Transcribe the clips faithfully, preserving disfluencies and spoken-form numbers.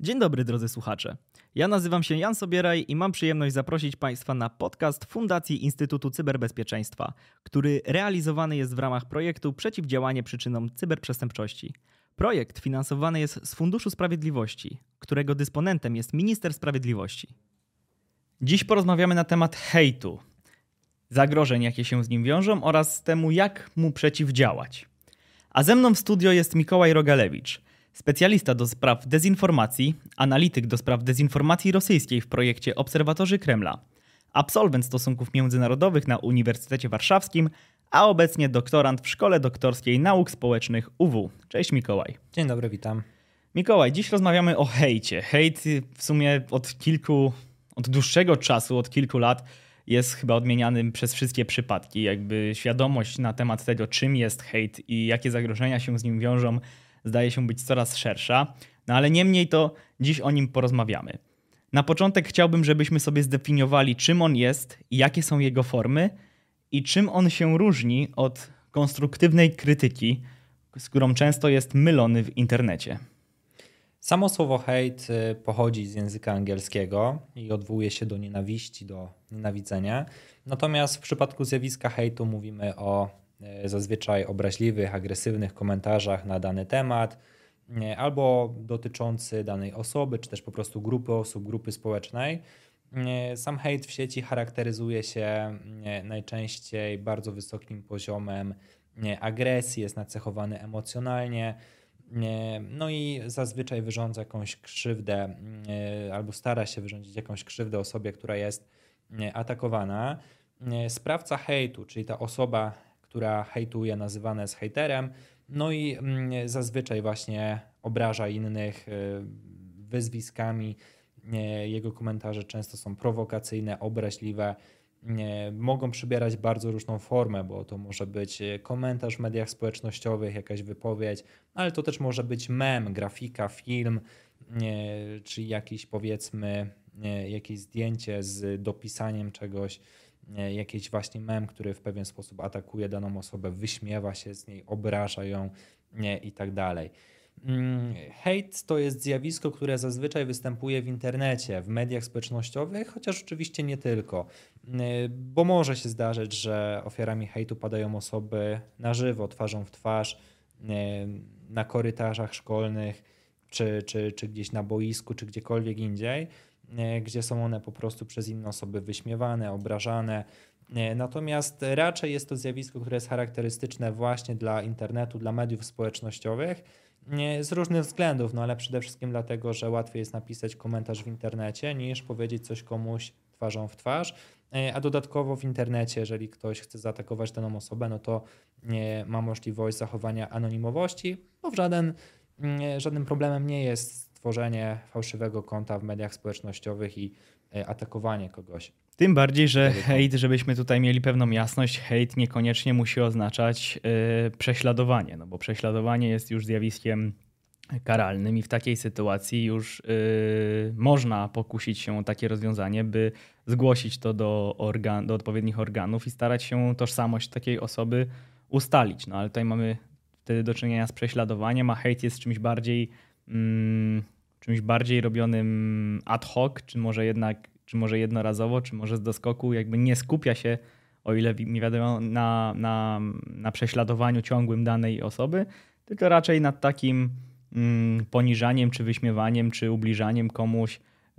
Dzień dobry drodzy słuchacze. Ja nazywam się Jan Sobieraj i mam przyjemność zaprosić Państwa na podcast Fundacji Instytutu Cyberbezpieczeństwa, który realizowany jest w ramach projektu Przeciwdziałanie przyczynom cyberprzestępczości. Projekt finansowany jest z Funduszu Sprawiedliwości, którego dysponentem jest Minister Sprawiedliwości. Dziś porozmawiamy na temat hejtu, zagrożeń jakie się z nim wiążą oraz temu jak mu przeciwdziałać. A ze mną w studio jest Mikołaj Rogalewicz, specjalista do spraw dezinformacji, analityk do spraw dezinformacji rosyjskiej w projekcie Obserwatorzy Kremla, absolwent stosunków międzynarodowych na Uniwersytecie Warszawskim, a obecnie doktorant w Szkole Doktorskiej Nauk Społecznych U W. Cześć Mikołaj. Dzień dobry, witam. Mikołaj, dziś rozmawiamy o hejcie. Hejt w sumie od kilku, od dłuższego czasu, od kilku lat jest chyba odmieniany przez wszystkie przypadki. Jakby świadomość na temat tego, czym jest hejt i jakie zagrożenia się z nim wiążą, zdaje się być coraz szersza, no ale niemniej to dziś o nim porozmawiamy. Na początek chciałbym, żebyśmy sobie zdefiniowali, czym on jest i jakie są jego formy i czym on się różni od konstruktywnej krytyki, z którą często jest mylony w internecie. Samo słowo hejt pochodzi z języka angielskiego i odwołuje się do nienawiści, do nienawidzenia. Natomiast w przypadku zjawiska hejtu mówimy o zazwyczaj obraźliwych, agresywnych komentarzach na dany temat albo dotyczący danej osoby, czy też po prostu grupy osób, grupy społecznej. Sam hejt w sieci charakteryzuje się najczęściej bardzo wysokim poziomem agresji, jest nacechowany emocjonalnie, no i zazwyczaj wyrządza jakąś krzywdę albo stara się wyrządzić jakąś krzywdę osobie, która jest atakowana. Sprawca hejtu, czyli ta osoba, która hejtuje, nazywana jest hejterem, no i zazwyczaj właśnie obraża innych wyzwiskami. Jego komentarze często są prowokacyjne, obraźliwe, mogą przybierać bardzo różną formę, bo to może być komentarz w mediach społecznościowych, jakaś wypowiedź, ale to też może być mem, grafika, film, czy jakiś powiedzmy jakieś zdjęcie z dopisaniem czegoś, jakiś właśnie mem, który w pewien sposób atakuje daną osobę, wyśmiewa się z niej, obraża ją i tak dalej. Hejt to jest zjawisko, które zazwyczaj występuje w internecie, w mediach społecznościowych, chociaż oczywiście nie tylko, bo może się zdarzyć, że ofiarami hejtu padają osoby na żywo, twarzą w twarz, na korytarzach szkolnych, czy, czy, czy gdzieś na boisku, czy gdziekolwiek indziej, gdzie są one po prostu przez inne osoby wyśmiewane, obrażane. Natomiast raczej jest to zjawisko, które jest charakterystyczne właśnie dla internetu, dla mediów społecznościowych z różnych względów, no ale przede wszystkim dlatego, że łatwiej jest napisać komentarz w internecie niż powiedzieć coś komuś twarzą w twarz, a dodatkowo w internecie, jeżeli ktoś chce zaatakować daną osobę, no to nie ma możliwość zachowania anonimowości, bo w żaden, żadnym problemem nie jest stworzenie fałszywego konta w mediach społecznościowych i atakowanie kogoś. Tym bardziej, że hejt, żebyśmy tutaj mieli pewną jasność, hejt niekoniecznie musi oznaczać yy, prześladowanie, no bo prześladowanie jest już zjawiskiem karalnym i w takiej sytuacji już yy, można pokusić się o takie rozwiązanie, by zgłosić to do, organ, do odpowiednich organów i starać się tożsamość takiej osoby ustalić. No ale tutaj mamy wtedy do czynienia z prześladowaniem, a hejt jest czymś bardziej, mm, czymś bardziej robionym ad hoc, czy może jednak czy może jednorazowo, czy może z doskoku, jakby nie skupia się, o ile mi wiadomo, na, na, na prześladowaniu ciągłym danej osoby, tylko raczej nad takim mm, poniżaniem, czy wyśmiewaniem, czy ubliżaniem komuś yy,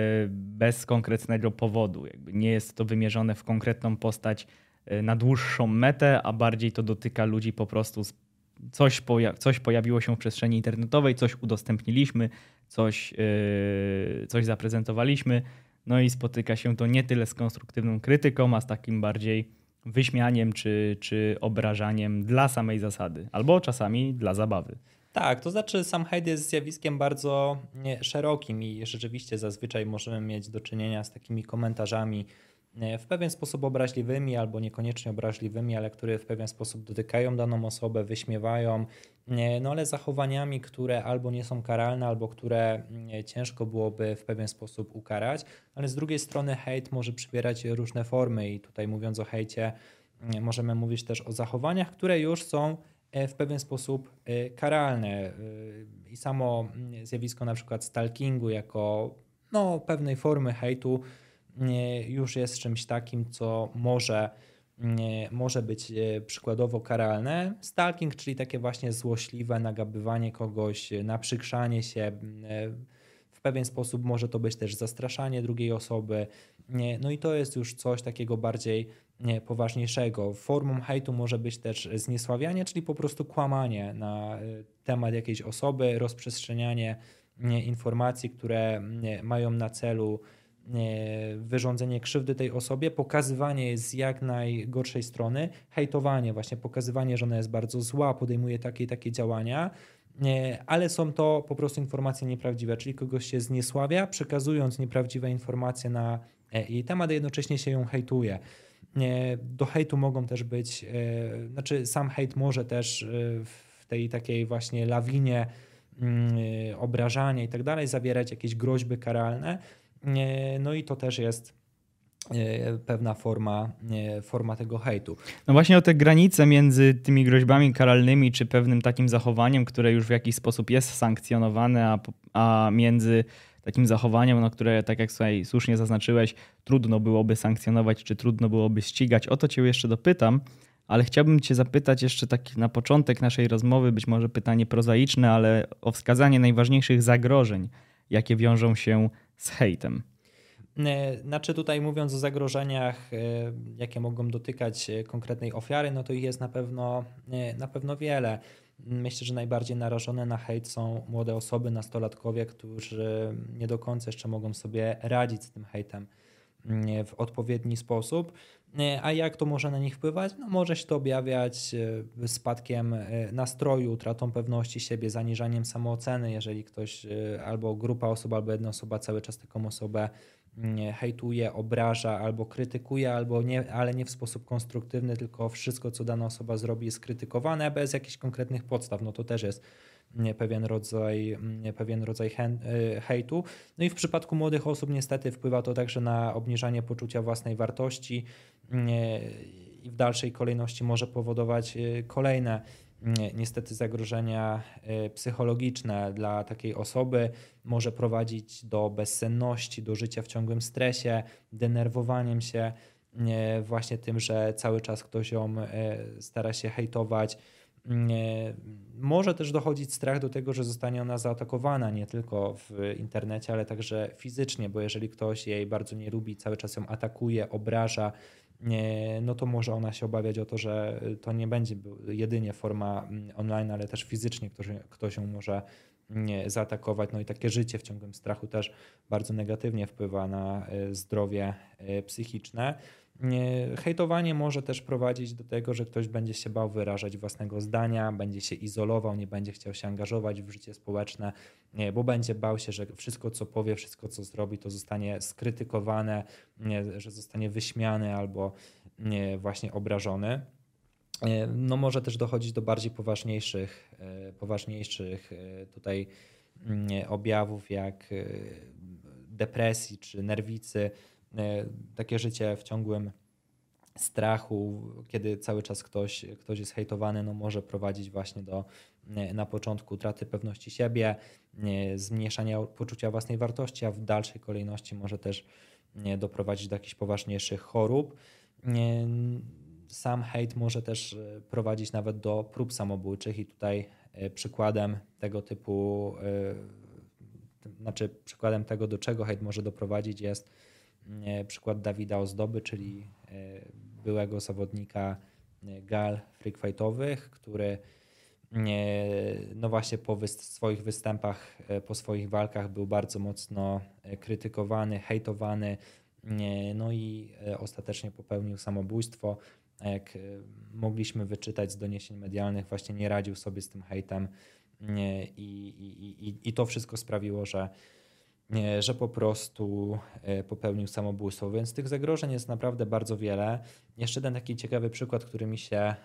bez konkretnego powodu. Jakby nie jest to wymierzone w konkretną postać yy, na dłuższą metę, a bardziej to dotyka ludzi po prostu z Coś, poja- coś pojawiło się w przestrzeni internetowej, coś udostępniliśmy, coś, yy, coś zaprezentowaliśmy, no i spotyka się to nie tyle z konstruktywną krytyką, a z takim bardziej wyśmianiem czy, czy obrażaniem dla samej zasady, albo czasami dla zabawy. Tak, to znaczy sam hejt jest zjawiskiem bardzo szerokim i rzeczywiście zazwyczaj możemy mieć do czynienia z takimi komentarzami w pewien sposób obraźliwymi albo niekoniecznie obraźliwymi, ale które w pewien sposób dotykają daną osobę, wyśmiewają, no ale zachowaniami, które albo nie są karalne, albo które ciężko byłoby w pewien sposób ukarać, ale z drugiej strony hejt może przybierać różne formy i tutaj mówiąc o hejcie możemy mówić też o zachowaniach, które już są w pewien sposób karalne. I samo zjawisko na przykład stalkingu jako no, pewnej formy hejtu już jest czymś takim, co może, może być przykładowo karalne. Stalking, czyli takie właśnie złośliwe nagabywanie kogoś, naprzykrzanie się. W pewien sposób może to być też zastraszanie drugiej osoby. No i to jest już coś takiego bardziej poważniejszego. Formą hejtu może być też zniesławianie, czyli po prostu kłamanie na temat jakiejś osoby, rozprzestrzenianie informacji, które mają na celu wyrządzenie krzywdy tej osobie, pokazywanie jej z jak najgorszej strony, hejtowanie, właśnie pokazywanie, że ona jest bardzo zła, podejmuje takie i takie działania, ale są to po prostu informacje nieprawdziwe, czyli kogoś się zniesławia, przekazując nieprawdziwe informacje na jej temat, a jednocześnie się ją hejtuje. Do hejtu mogą też być, znaczy sam hejt może też w tej takiej właśnie lawinie obrażania i tak dalej zawierać jakieś groźby karalne, no i to też jest pewna forma, forma tego hejtu. No właśnie o te granice między tymi groźbami karalnymi czy pewnym takim zachowaniem, które już w jakiś sposób jest sankcjonowane, a, a między takim zachowaniem, no, które tak jak tutaj słusznie zaznaczyłeś, trudno byłoby sankcjonować czy trudno byłoby ścigać. O to cię jeszcze dopytam, ale chciałbym cię zapytać jeszcze tak na początek naszej rozmowy, być może pytanie prozaiczne, ale o wskazanie najważniejszych zagrożeń, jakie wiążą się z hejtem. Znaczy tutaj mówiąc o zagrożeniach, jakie mogą dotykać konkretnej ofiary, no to ich jest na pewno, na pewno wiele. Myślę, że najbardziej narażone na hejt są młode osoby, nastolatkowie, którzy nie do końca jeszcze mogą sobie radzić z tym hejtem w odpowiedni sposób. A jak to może na nich wpływać? No może się to objawiać spadkiem nastroju, utratą pewności siebie, zaniżaniem samooceny, jeżeli ktoś albo grupa osób, albo jedna osoba cały czas taką osobę hejtuje, obraża albo krytykuje, albo nie, ale nie w sposób konstruktywny, tylko wszystko, co dana osoba zrobi, jest krytykowane bez jakichś konkretnych podstaw. No to też jest pewien rodzaj, pewien rodzaj hejtu. No i w przypadku młodych osób niestety wpływa to także na obniżanie poczucia własnej wartości i w dalszej kolejności może powodować kolejne niestety zagrożenia psychologiczne dla takiej osoby, może prowadzić do bezsenności, do życia w ciągłym stresie, denerwowaniem się właśnie tym, że cały czas ktoś ją stara się hejtować. Może też dochodzić strach do tego, że zostanie ona zaatakowana nie tylko w internecie, ale także fizycznie, bo jeżeli ktoś jej bardzo nie lubi, cały czas ją atakuje, obraża, no to może ona się obawiać o to, że to nie będzie jedynie forma online, ale też fizycznie ktoś, ktoś ją może zaatakować. No i takie życie w ciągłym strachu też bardzo negatywnie wpływa na zdrowie psychiczne. Hejtowanie może też prowadzić do tego, że ktoś będzie się bał wyrażać własnego zdania, będzie się izolował, nie będzie chciał się angażować w życie społeczne, bo będzie bał się, że wszystko co powie, wszystko co zrobi, to zostanie skrytykowane, że zostanie wyśmiany albo właśnie obrażony. No może też dochodzić do bardziej poważniejszych, poważniejszych tutaj objawów jak depresji czy nerwicy. Takie życie w ciągłym strachu, kiedy cały czas ktoś, ktoś jest hejtowany, no może prowadzić właśnie do na początku utraty pewności siebie, zmniejszania poczucia własnej wartości, a w dalszej kolejności może też doprowadzić do jakichś poważniejszych chorób. Sam hejt może też prowadzić nawet do prób samobójczych i tutaj przykładem tego typu, znaczy przykładem tego, do czego hejt może doprowadzić, jest przykład Dawida Ozdoby, czyli byłego zawodnika gal freak fightowych, który no właśnie po wy- swoich występach, po swoich walkach był bardzo mocno krytykowany, hejtowany, no i ostatecznie popełnił samobójstwo. A jak mogliśmy wyczytać z doniesień medialnych, właśnie nie radził sobie z tym hejtem i, i, i, i to wszystko sprawiło, że że po prostu popełnił samobójstwo. Więc tych zagrożeń jest naprawdę bardzo wiele. Jeszcze jeden taki ciekawy przykład, który mi się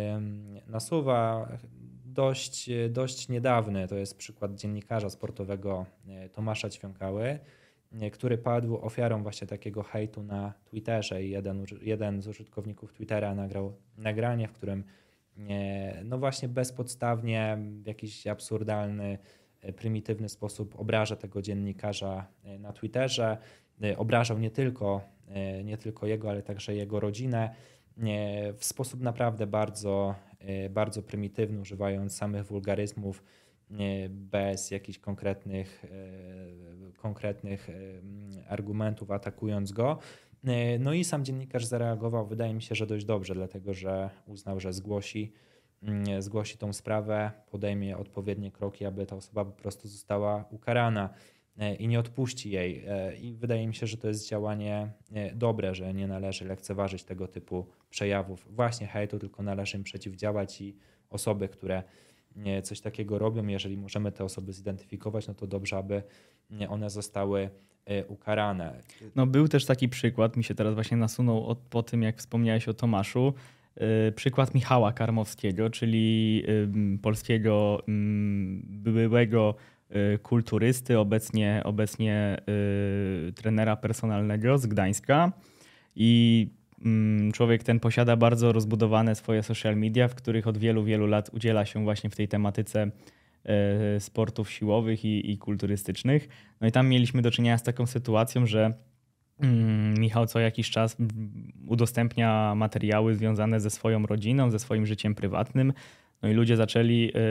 nasuwa, dość, dość niedawny, to jest przykład dziennikarza sportowego Tomasza Ćwiąkały, który padł ofiarą właśnie takiego hejtu na Twitterze i jeden, jeden z użytkowników Twittera nagrał nagranie, w którym no właśnie bezpodstawnie w jakiś absurdalny, prymitywny sposób obraża tego dziennikarza na Twitterze. Obrażał nie tylko, nie tylko jego, ale także jego rodzinę w sposób naprawdę bardzo, bardzo prymitywny, używając samych wulgaryzmów, bez jakichś konkretnych, konkretnych argumentów, atakując go. No i sam dziennikarz zareagował, wydaje mi się, że dość dobrze, dlatego że uznał, że zgłosi, zgłosi tą sprawę, podejmie odpowiednie kroki, aby ta osoba po prostu została ukarana i nie odpuści jej. I wydaje mi się, że to jest działanie dobre, że nie należy lekceważyć tego typu przejawów właśnie hejtu, tylko należy im przeciwdziałać i osoby, które coś takiego robią, jeżeli możemy te osoby zidentyfikować, no to dobrze, aby one zostały ukarane. No był też taki przykład, mi się teraz właśnie nasunął od, po tym, jak wspomniałeś o Tomaszu, yy, przykład Michała Karmowskiego, czyli yy, polskiego yy, byłego yy, kulturysty, obecnie, obecnie yy, trenera personalnego z Gdańska. I yy, człowiek ten posiada bardzo rozbudowane swoje social media, w których od wielu, wielu lat udziela się właśnie w tej tematyce sportów siłowych i, i kulturystycznych. No i tam mieliśmy do czynienia z taką sytuacją, że mm, Michał co jakiś czas udostępnia materiały związane ze swoją rodziną, ze swoim życiem prywatnym. No i ludzie zaczęli y,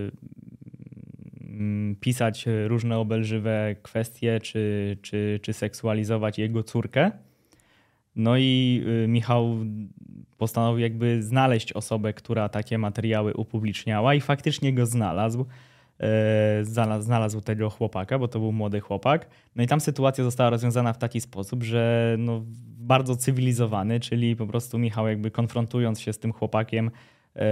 y, pisać różne obelżywe kwestie, czy, czy, czy seksualizować jego córkę. No i y, Michał postanowił jakby znaleźć osobę, która takie materiały upubliczniała i faktycznie go znalazł. E, znalazł, znalazł tego chłopaka, bo to był młody chłopak. No i tam sytuacja została rozwiązana w taki sposób, że no, bardzo cywilizowany, czyli po prostu Michał jakby konfrontując się z tym chłopakiem, e,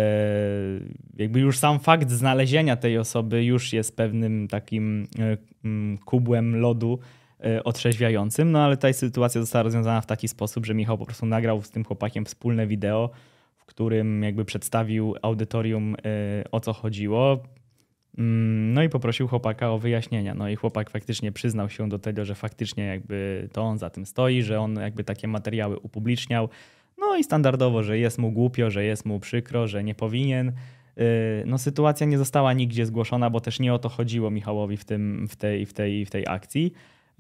jakby już sam fakt znalezienia tej osoby już jest pewnym takim e, kubłem lodu otrzeźwiającym, no ale ta sytuacja została rozwiązana w taki sposób, że Michał po prostu nagrał z tym chłopakiem wspólne wideo, w którym jakby przedstawił audytorium, o co chodziło. No i poprosił chłopaka o wyjaśnienia. No i chłopak faktycznie przyznał się do tego, że faktycznie jakby to on za tym stoi, że on jakby takie materiały upubliczniał. No i standardowo, że jest mu głupio, że jest mu przykro, że nie powinien. No sytuacja nie została nigdzie zgłoszona, bo też nie o to chodziło Michałowi w, tym, w, tej, w, tej, w tej akcji.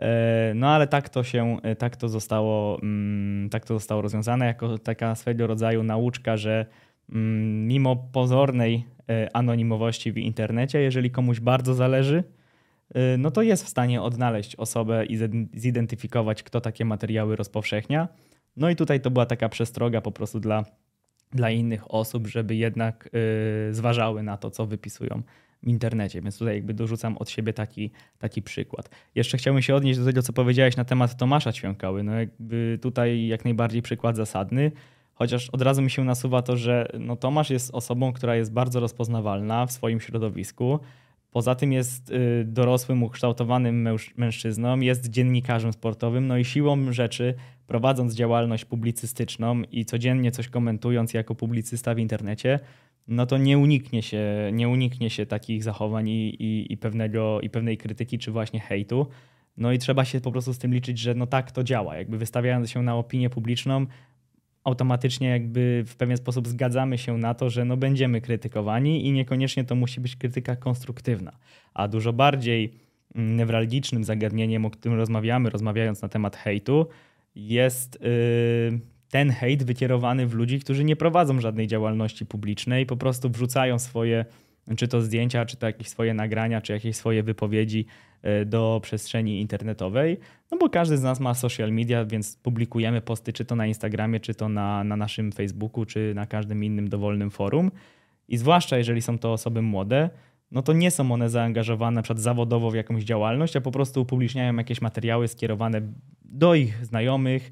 No ale tak to się, tak to zostało, tak to zostało rozwiązane jako taka swego rodzaju nauczka, że mimo pozornej anonimowości w internecie, jeżeli komuś bardzo zależy, no to jest w stanie odnaleźć osobę i zidentyfikować, kto takie materiały rozpowszechnia. No i tutaj to była taka przestroga po prostu dla, dla innych osób, żeby jednak zważały na to, co wypisują w internecie, więc tutaj jakby dorzucam od siebie taki, taki przykład. Jeszcze chciałbym się odnieść do tego, co powiedziałeś na temat Tomasza Ćwiąkały. No jakby tutaj jak najbardziej przykład zasadny, chociaż od razu mi się nasuwa to, że no Tomasz jest osobą, która jest bardzo rozpoznawalna w swoim środowisku. Poza tym jest dorosłym, ukształtowanym mężczyzną, jest dziennikarzem sportowym, no i siłą rzeczy, prowadząc działalność publicystyczną i codziennie coś komentując jako publicysta w internecie, no to nie uniknie się, nie uniknie się takich zachowań i, i, i, pewnego, i pewnej krytyki, czy właśnie hejtu. No i trzeba się po prostu z tym liczyć, że no tak to działa. Jakby wystawiając się na opinię publiczną, automatycznie jakby w pewien sposób zgadzamy się na to, że no będziemy krytykowani i niekoniecznie to musi być krytyka konstruktywna. A dużo bardziej newralgicznym zagadnieniem, o którym rozmawiamy, rozmawiając na temat hejtu, jest yy, ten hejt wykierowany w ludzi, którzy nie prowadzą żadnej działalności publicznej, po prostu wrzucają swoje, czy to zdjęcia, czy to jakieś swoje nagrania, czy jakieś swoje wypowiedzi do przestrzeni internetowej. No bo każdy z nas ma social media, więc publikujemy posty czy to na Instagramie, czy to na, na naszym Facebooku, czy na każdym innym dowolnym forum. I zwłaszcza jeżeli są to osoby młode, no to nie są one zaangażowane na przykład zawodowo w jakąś działalność, a po prostu upubliczniają jakieś materiały skierowane do ich znajomych,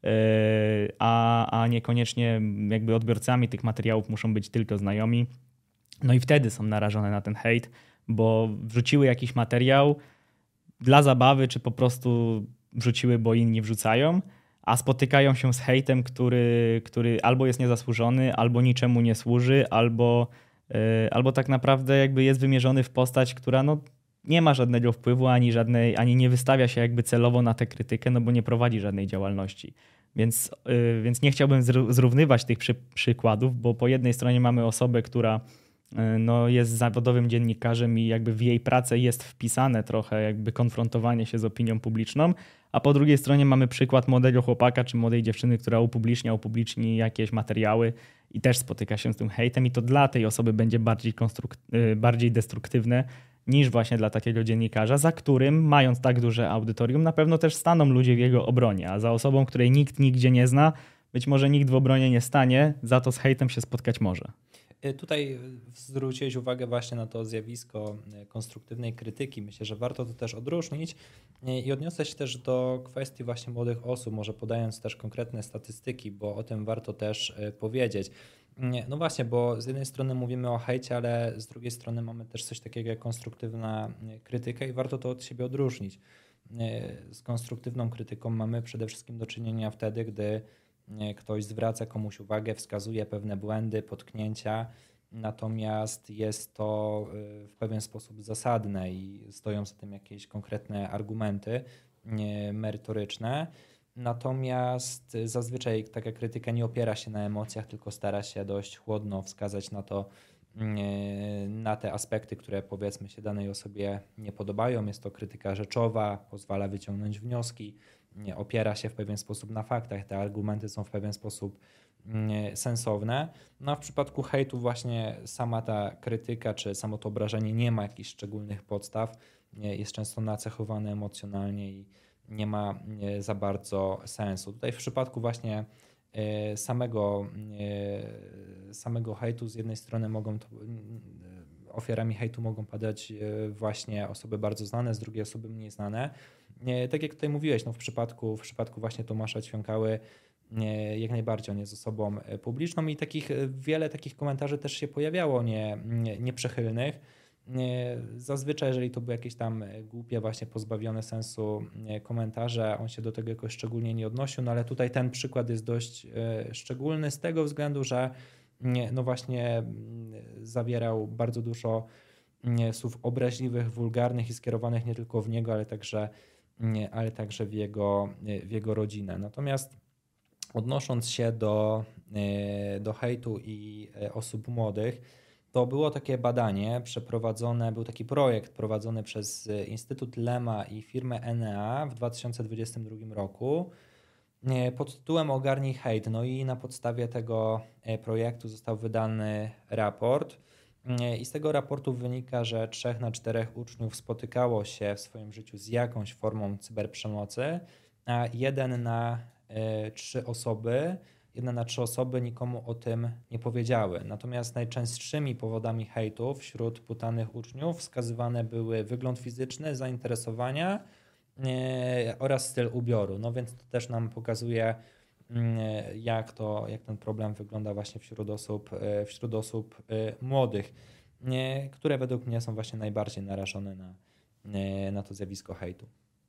a, a niekoniecznie jakby odbiorcami tych materiałów muszą być tylko znajomi. No i wtedy są narażone na ten hejt, bo wrzuciły jakiś materiał dla zabawy, czy po prostu wrzuciły, bo inni wrzucają, a spotykają się z hejtem, który, który albo jest niezasłużony, albo niczemu nie służy, albo, yy, albo tak naprawdę jakby jest wymierzony w postać, która no nie ma żadnego wpływu, ani, żadnej, ani nie wystawia się jakby celowo na tę krytykę, no bo nie prowadzi żadnej działalności. Więc, yy, więc nie chciałbym zrównywać tych przy, przykładów, bo po jednej stronie mamy osobę, która yy, no, jest zawodowym dziennikarzem i jakby w jej pracę jest wpisane trochę jakby konfrontowanie się z opinią publiczną, a po drugiej stronie mamy przykład młodego chłopaka czy młodej dziewczyny, która upublicznia, upubliczni jakieś materiały i też spotyka się z tym hejtem i to dla tej osoby będzie bardziej, konstruk- bardziej destruktywne niż właśnie dla takiego dziennikarza, za którym, mając tak duże audytorium, na pewno też staną ludzie w jego obronie, a za osobą, której nikt nigdzie nie zna, być może nikt w obronie nie stanie, za to z hejtem się spotkać może. Tutaj zwróciłeś uwagę właśnie na to zjawisko konstruktywnej krytyki. Myślę, że warto to też odróżnić i odniosę się też do kwestii właśnie młodych osób, może podając też konkretne statystyki, bo o tym warto też powiedzieć. No właśnie, bo z jednej strony mówimy o hejcie, ale z drugiej strony mamy też coś takiego jak konstruktywna krytyka i warto to od siebie odróżnić. Z konstruktywną krytyką mamy przede wszystkim do czynienia wtedy, gdy ktoś zwraca komuś uwagę, wskazuje pewne błędy, potknięcia, natomiast jest to w pewien sposób zasadne i stoją za tym jakieś konkretne argumenty merytoryczne. Natomiast zazwyczaj taka krytyka nie opiera się na emocjach, tylko stara się dość chłodno wskazać na to, na te aspekty, które powiedzmy się danej osobie nie podobają. Jest to krytyka rzeczowa, pozwala wyciągnąć wnioski, opiera się w pewien sposób na faktach, te argumenty są w pewien sposób sensowne. No a w przypadku hejtu właśnie sama ta krytyka czy samo to obrażenie nie ma jakichś szczególnych podstaw, jest często nacechowane emocjonalnie i nie ma za bardzo sensu. Tutaj w przypadku właśnie samego, samego hejtu z jednej strony mogą to, ofiarami hejtu mogą padać właśnie osoby bardzo znane, z drugiej osoby mniej znane. Tak jak tutaj mówiłeś, no w przypadku, w przypadku właśnie Tomasza Ćwiąkały jak najbardziej on jest osobą publiczną i takich, wiele takich komentarzy też się pojawiało nie, nie, nieprzychylnych. Zazwyczaj, jeżeli to były jakieś tam głupie, właśnie pozbawione sensu komentarze, on się do tego jakoś szczególnie nie odnosił, no ale tutaj ten przykład jest dość szczególny z tego względu, że no właśnie zawierał bardzo dużo słów obraźliwych, wulgarnych i skierowanych nie tylko w niego, ale także, ale także w jego, w jego rodzinę. Natomiast odnosząc się do, do hejtu i osób młodych, to było takie badanie przeprowadzone, był taki projekt prowadzony przez Instytut Lema i firmę Enea w dwa tysiące dwudziestym drugim roku pod tytułem Ogarnij hejt. No i na podstawie tego projektu został wydany raport i z tego raportu wynika, że trzech na czterech uczniów spotykało się w swoim życiu z jakąś formą cyberprzemocy, a jeden na trzy osoby Jedna na trzy osoby nikomu o tym nie powiedziały. Natomiast najczęstszymi powodami hejtu wśród pytanych uczniów wskazywane były wygląd fizyczny, zainteresowania yy, oraz styl ubioru. No więc to też nam pokazuje, yy, jak, to, jak ten problem wygląda właśnie wśród osób, yy, wśród osób yy, młodych, yy, które według mnie są właśnie najbardziej narażone na, yy, na to zjawisko hejtu.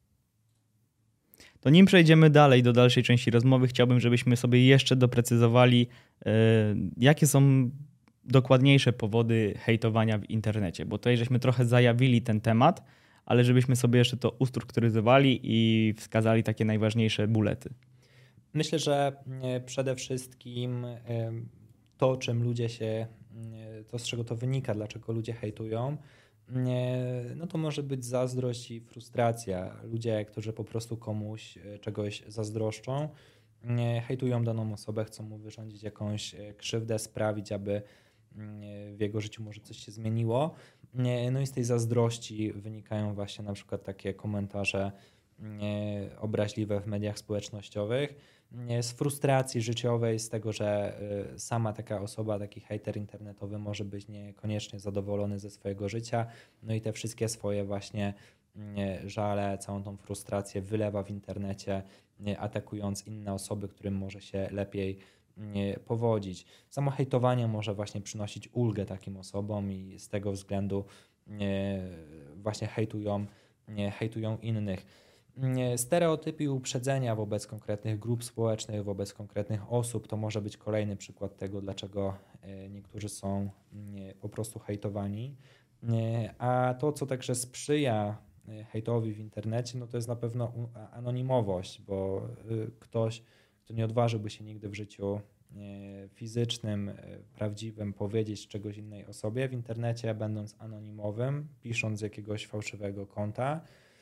To nim przejdziemy dalej do dalszej części rozmowy, chciałbym, żebyśmy sobie jeszcze doprecyzowali, yy, jakie są dokładniejsze powody hejtowania w internecie, bo tutaj żeśmy trochę zajawili ten temat, ale żebyśmy sobie jeszcze to ustrukturyzowali i wskazali takie najważniejsze bulety. Myślę, że przede wszystkim to, czym ludzie się, to z czego to wynika, dlaczego ludzie hejtują, no to może być zazdrość i frustracja. Ludzie, którzy po prostu komuś czegoś zazdroszczą, hejtują daną osobę, chcą mu wyrządzić jakąś krzywdę, sprawić, aby w jego życiu może coś się zmieniło. No i z tej zazdrości wynikają właśnie na przykład takie komentarze obraźliwe w mediach społecznościowych, z frustracji życiowej, z tego, że sama taka osoba, taki hejter internetowy może być niekoniecznie zadowolony ze swojego życia, no i te wszystkie swoje właśnie żale, całą tą frustrację wylewa w internecie, atakując inne osoby, którym może się lepiej powodzić. Samo hejtowanie może właśnie przynosić ulgę takim osobom i z tego względu właśnie hejtują, hejtują innych. Stereotypy i uprzedzenia wobec konkretnych grup społecznych, wobec konkretnych osób to może być kolejny przykład tego, dlaczego niektórzy są po prostu hejtowani. A to, co także sprzyja hejtowi w internecie, no to jest na pewno anonimowość, bo ktoś, kto nie odważyłby się nigdy w życiu fizycznym, prawdziwym powiedzieć czegoś innej osobie, w internecie będąc anonimowym, pisząc z jakiegoś fałszywego konta,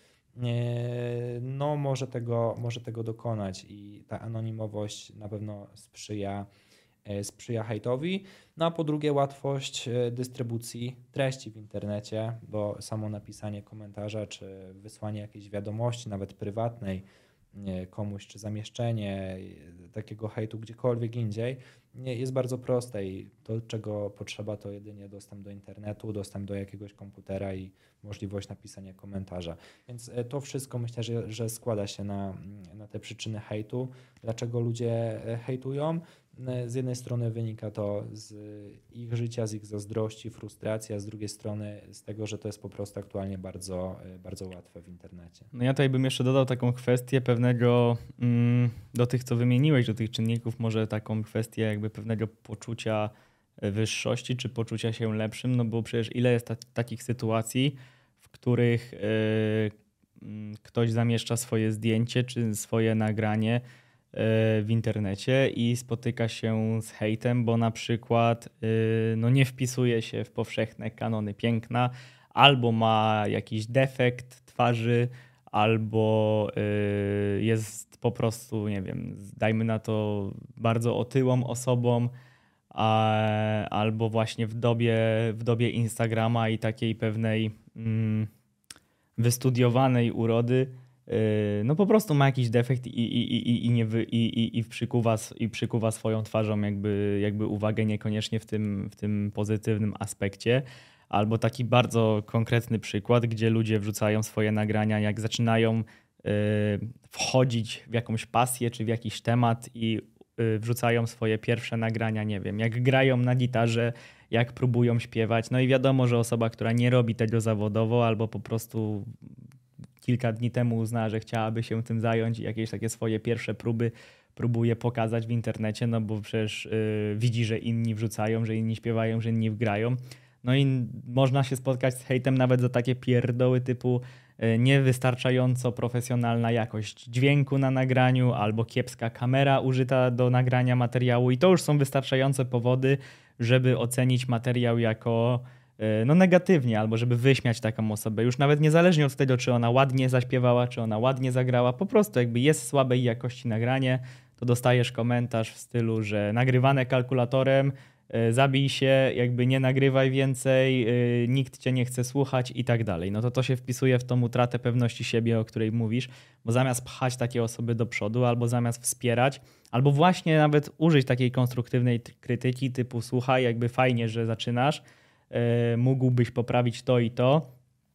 no może tego, może tego dokonać i ta anonimowość na pewno sprzyja, sprzyja hejtowi. No a po drugie łatwość dystrybucji treści w internecie, bo samo napisanie komentarza czy wysłanie jakiejś wiadomości, nawet prywatnej, komuś, czy zamieszczenie takiego hejtu gdziekolwiek indziej jest bardzo proste i to, czego potrzeba, to jedynie dostęp do internetu, dostęp do jakiegoś komputera i możliwość napisania komentarza. Więc to wszystko myślę, że, że składa się na, na te przyczyny hejtu. Dlaczego ludzie hejtują? Z jednej strony wynika to z ich życia, z ich zazdrości, frustracji, a z drugiej strony z tego, że to jest po prostu aktualnie bardzo, bardzo łatwe w internecie. No ja tutaj bym jeszcze dodał taką kwestię pewnego, mm, do tych, co wymieniłeś, do tych czynników, może taką kwestię jakby pewnego poczucia wyższości, czy poczucia się lepszym, no bo przecież ile jest ta, takich sytuacji, w których yy, ktoś zamieszcza swoje zdjęcie, czy swoje nagranie w internecie i spotyka się z hejtem, bo na przykład no, nie wpisuje się w powszechne kanony piękna, albo ma jakiś defekt twarzy, albo jest po prostu, nie wiem, dajmy na to bardzo otyłą osobą, a, albo właśnie w dobie, w dobie Instagrama i takiej pewnej mm, wystudiowanej urody no po prostu ma jakiś defekt i, i, i, i, nie wy, i, i, i, przykuwa, i przykuwa swoją twarzą jakby, jakby uwagę niekoniecznie w tym, w tym pozytywnym aspekcie. Albo taki bardzo konkretny przykład, gdzie ludzie wrzucają swoje nagrania, jak zaczynają y, wchodzić w jakąś pasję czy w jakiś temat i y, wrzucają swoje pierwsze nagrania, nie wiem, jak grają na gitarze, jak próbują śpiewać. No i wiadomo, że osoba, która nie robi tego zawodowo albo po prostu kilka dni temu uznała, że chciałaby się tym zająć i jakieś takie swoje pierwsze próby próbuje pokazać w internecie, no bo przecież yy, widzi, że inni wrzucają, że inni śpiewają, że inni grają. No i można się spotkać z hejtem nawet za takie pierdoły typu yy, niewystarczająco profesjonalna jakość dźwięku na nagraniu albo kiepska kamera użyta do nagrania materiału i to już są wystarczające powody, żeby ocenić materiał jako no negatywnie, albo żeby wyśmiać taką osobę. Już nawet niezależnie od tego, czy ona ładnie zaśpiewała, czy ona ładnie zagrała, po prostu jakby jest słabej jakości nagranie, to dostajesz komentarz w stylu, że nagrywane kalkulatorem, zabij się, jakby nie nagrywaj więcej, nikt cię nie chce słuchać i tak dalej. No to to się wpisuje w tą utratę pewności siebie, o której mówisz, bo zamiast pchać takie osoby do przodu, albo zamiast wspierać, albo właśnie nawet użyć takiej konstruktywnej krytyki typu słuchaj, jakby fajnie, że zaczynasz, mógłbyś poprawić to i to,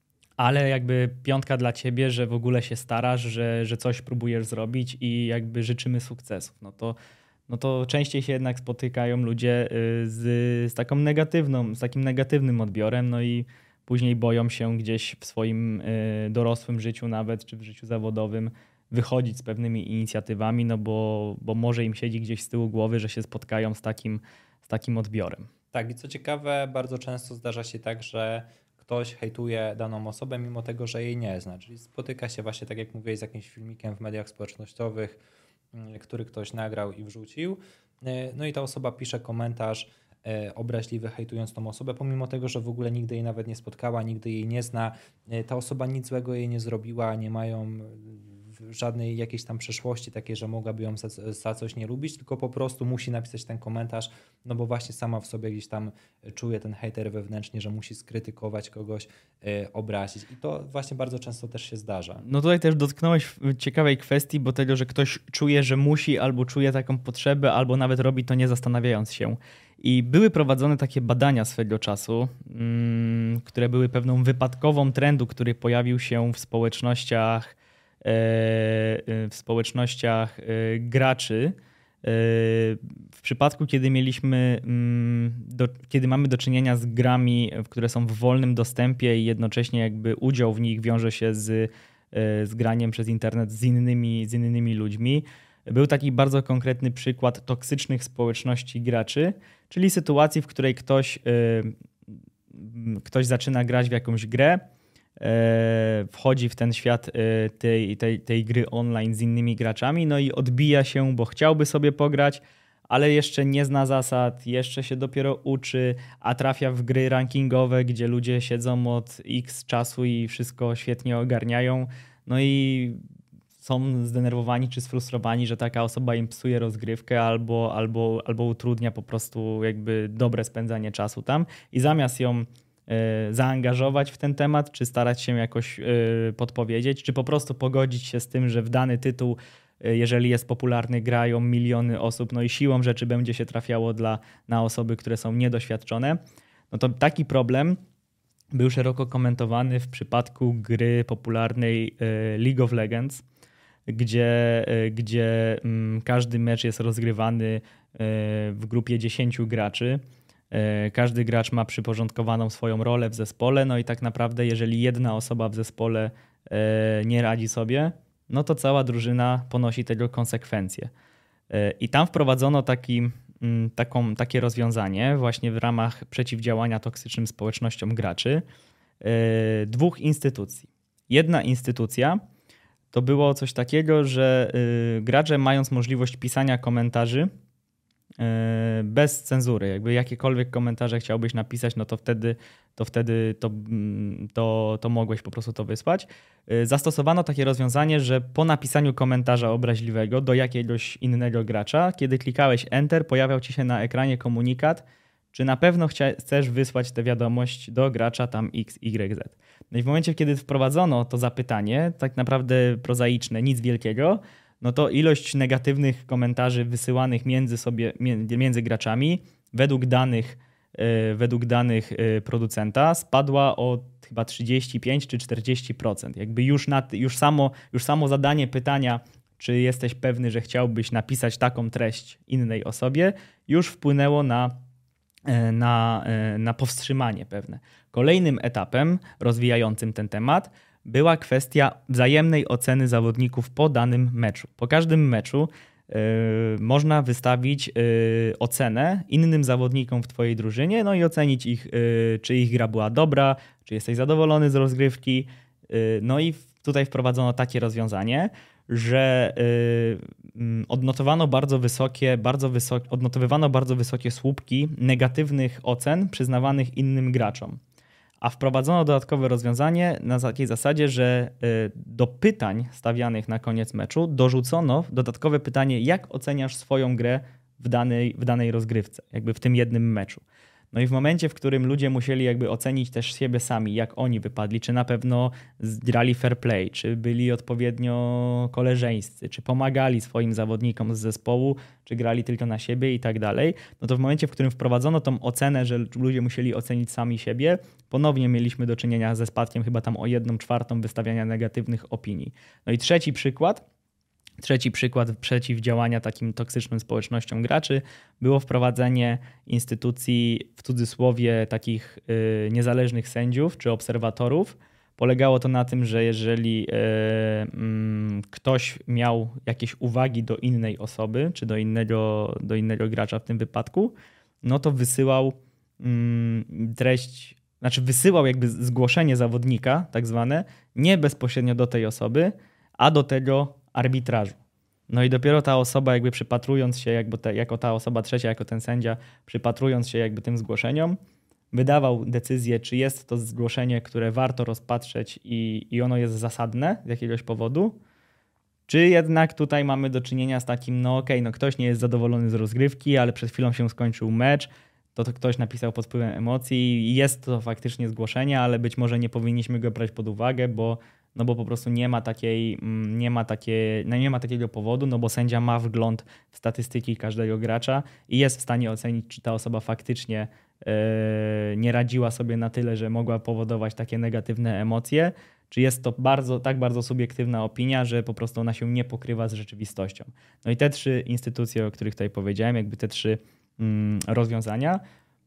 ale jakby piątka dla ciebie, że w ogóle się starasz, że, że coś próbujesz zrobić i jakby życzymy sukcesów. No to, no to częściej się jednak spotykają ludzie z, z taką negatywną, z takim negatywnym odbiorem, no i później boją się gdzieś w swoim dorosłym życiu nawet, czy w życiu zawodowym wychodzić z pewnymi inicjatywami, no bo, bo może im siedzi gdzieś z tyłu głowy, że się spotkają z takim, z takim odbiorem. Tak, i co ciekawe, bardzo często zdarza się tak, że ktoś hejtuje daną osobę, mimo tego, że jej nie zna. Czyli spotyka się właśnie, tak jak mówiłeś, z jakimś filmikiem w mediach społecznościowych, który ktoś nagrał i wrzucił. No i ta osoba pisze komentarz obraźliwy, hejtując tą osobę, pomimo tego, że w ogóle nigdy jej nawet nie spotkała, nigdy jej nie zna. Ta osoba nic złego jej nie zrobiła, nie mają żadnej jakiejś tam przeszłości takiej, że mogłaby ją za, za coś nie lubić, tylko po prostu musi napisać ten komentarz, no bo właśnie sama w sobie gdzieś tam czuje ten hejter wewnętrznie, że musi skrytykować kogoś, yy, obrazić i to właśnie bardzo często też się zdarza. No tutaj też dotknąłeś ciekawej kwestii, bo tego, że ktoś czuje, że musi albo czuje taką potrzebę, albo nawet robi to nie zastanawiając się. I były prowadzone takie badania swego czasu, mm, które były pewną wypadkową trendu, który pojawił się w społecznościach w społecznościach graczy. W przypadku, kiedy mieliśmy, do, kiedy mamy do czynienia z grami, które są w wolnym dostępie i jednocześnie jakby udział w nich wiąże się z, z graniem przez internet z innymi, z innymi ludźmi, był taki bardzo konkretny przykład toksycznych społeczności graczy, czyli sytuacji, w której ktoś, ktoś zaczyna grać w jakąś grę, wchodzi w ten świat tej, tej, tej gry online z innymi graczami, no i odbija się, bo chciałby sobie pograć, ale jeszcze nie zna zasad, jeszcze się dopiero uczy, a trafia w gry rankingowe, gdzie ludzie siedzą od X czasu i wszystko świetnie ogarniają, no i są zdenerwowani czy sfrustrowani, że taka osoba im psuje rozgrywkę albo, albo, albo utrudnia po prostu jakby dobre spędzanie czasu tam i zamiast ją y, zaangażować w ten temat, czy starać się jakoś y, podpowiedzieć, czy po prostu pogodzić się z tym, że w dany tytuł, y, jeżeli jest popularny, grają miliony osób, no i siłą rzeczy będzie się trafiało dla, na osoby, które są niedoświadczone, no to taki problem był szeroko komentowany w przypadku gry popularnej y, League of Legends, gdzie, gdzie każdy mecz jest rozgrywany w grupie dziesięciu graczy. Każdy gracz ma przyporządkowaną swoją rolę w zespole, no i tak naprawdę jeżeli jedna osoba w zespole nie radzi sobie, no to cała drużyna ponosi tego konsekwencje. I tam wprowadzono taki, taką, takie rozwiązanie właśnie w ramach przeciwdziałania toksycznym społecznościom graczy dwóch instytucji. Jedna instytucja to było coś takiego, że y, gracze mając możliwość pisania komentarzy y, bez cenzury, jakby jakiekolwiek komentarze chciałbyś napisać, no to wtedy to, wtedy to, to, to mogłeś po prostu to wysłać. Y, zastosowano takie rozwiązanie, że po napisaniu komentarza obraźliwego do jakiegoś innego gracza, kiedy klikałeś Enter, pojawiał ci się na ekranie komunikat, czy na pewno chcia- chcesz wysłać tę wiadomość do gracza tam X Y Z. No i w momencie, kiedy wprowadzono to zapytanie, tak naprawdę prozaiczne, nic wielkiego, no to ilość negatywnych komentarzy wysyłanych między sobie, między graczami według danych, yy, według danych yy, producenta spadła o chyba trzydzieści pięć czy czterdzieści procent. Jakby już, na, już, samo, już samo zadanie pytania, czy jesteś pewny, że chciałbyś napisać taką treść innej osobie, już wpłynęło na Na, na powstrzymanie pewne. Kolejnym etapem rozwijającym ten temat była kwestia wzajemnej oceny zawodników po danym meczu. Po każdym meczu yy, można wystawić yy, ocenę innym zawodnikom w twojej drużynie, no i ocenić ich, yy, czy ich gra była dobra, czy jesteś zadowolony z rozgrywki. Yy, no i tutaj wprowadzono takie rozwiązanie, że yy, odnotowano bardzo wysokie, bardzo wysokie, odnotowywano bardzo wysokie słupki negatywnych ocen przyznawanych innym graczom. A wprowadzono dodatkowe rozwiązanie na takiej zasadzie, że yy, do pytań stawianych na koniec meczu dorzucono dodatkowe pytanie, jak oceniasz swoją grę w danej, w danej rozgrywce, jakby w tym jednym meczu. No i w momencie, w którym ludzie musieli jakby ocenić też siebie sami, jak oni wypadli, czy na pewno grali fair play, czy byli odpowiednio koleżeńscy, czy pomagali swoim zawodnikom z zespołu, czy grali tylko na siebie i tak dalej, no to w momencie, w którym wprowadzono tą ocenę, że ludzie musieli ocenić sami siebie, ponownie mieliśmy do czynienia ze spadkiem chyba tam o jedną czwartą wystawiania negatywnych opinii. No i trzeci przykład, Trzeci przykład przeciwdziałania takim toksycznym społecznościom graczy było wprowadzenie instytucji, w cudzysłowie, takich y, niezależnych sędziów czy obserwatorów. Polegało to na tym, że jeżeli y, y, ktoś miał jakieś uwagi do innej osoby czy do innego, do innego gracza w tym wypadku, no to wysyłał y, treść, znaczy wysyłał jakby zgłoszenie zawodnika, tak zwane, nie bezpośrednio do tej osoby, a do tego arbitrażu. No i dopiero ta osoba jakby przypatrując się, jakby te, jako ta osoba trzecia, jako ten sędzia, przypatrując się jakby tym zgłoszeniom, wydawał decyzję, czy jest to zgłoszenie, które warto rozpatrzeć i, i ono jest zasadne z jakiegoś powodu, czy jednak tutaj mamy do czynienia z takim, no okej, okay, no ktoś nie jest zadowolony z rozgrywki, ale przed chwilą się skończył mecz, to, to ktoś napisał pod wpływem emocji i jest to faktycznie zgłoszenie, ale być może nie powinniśmy go brać pod uwagę, bo no bo po prostu nie ma takiej, nie ma takie, no nie ma takiego powodu, no bo sędzia ma wgląd w statystyki każdego gracza i jest w stanie ocenić, czy ta osoba faktycznie yy, nie radziła sobie na tyle, że mogła powodować takie negatywne emocje, czy jest to bardzo, tak bardzo subiektywna opinia, że po prostu ona się nie pokrywa z rzeczywistością. No i te trzy instytucje, o których tutaj powiedziałem, jakby te trzy mm, rozwiązania,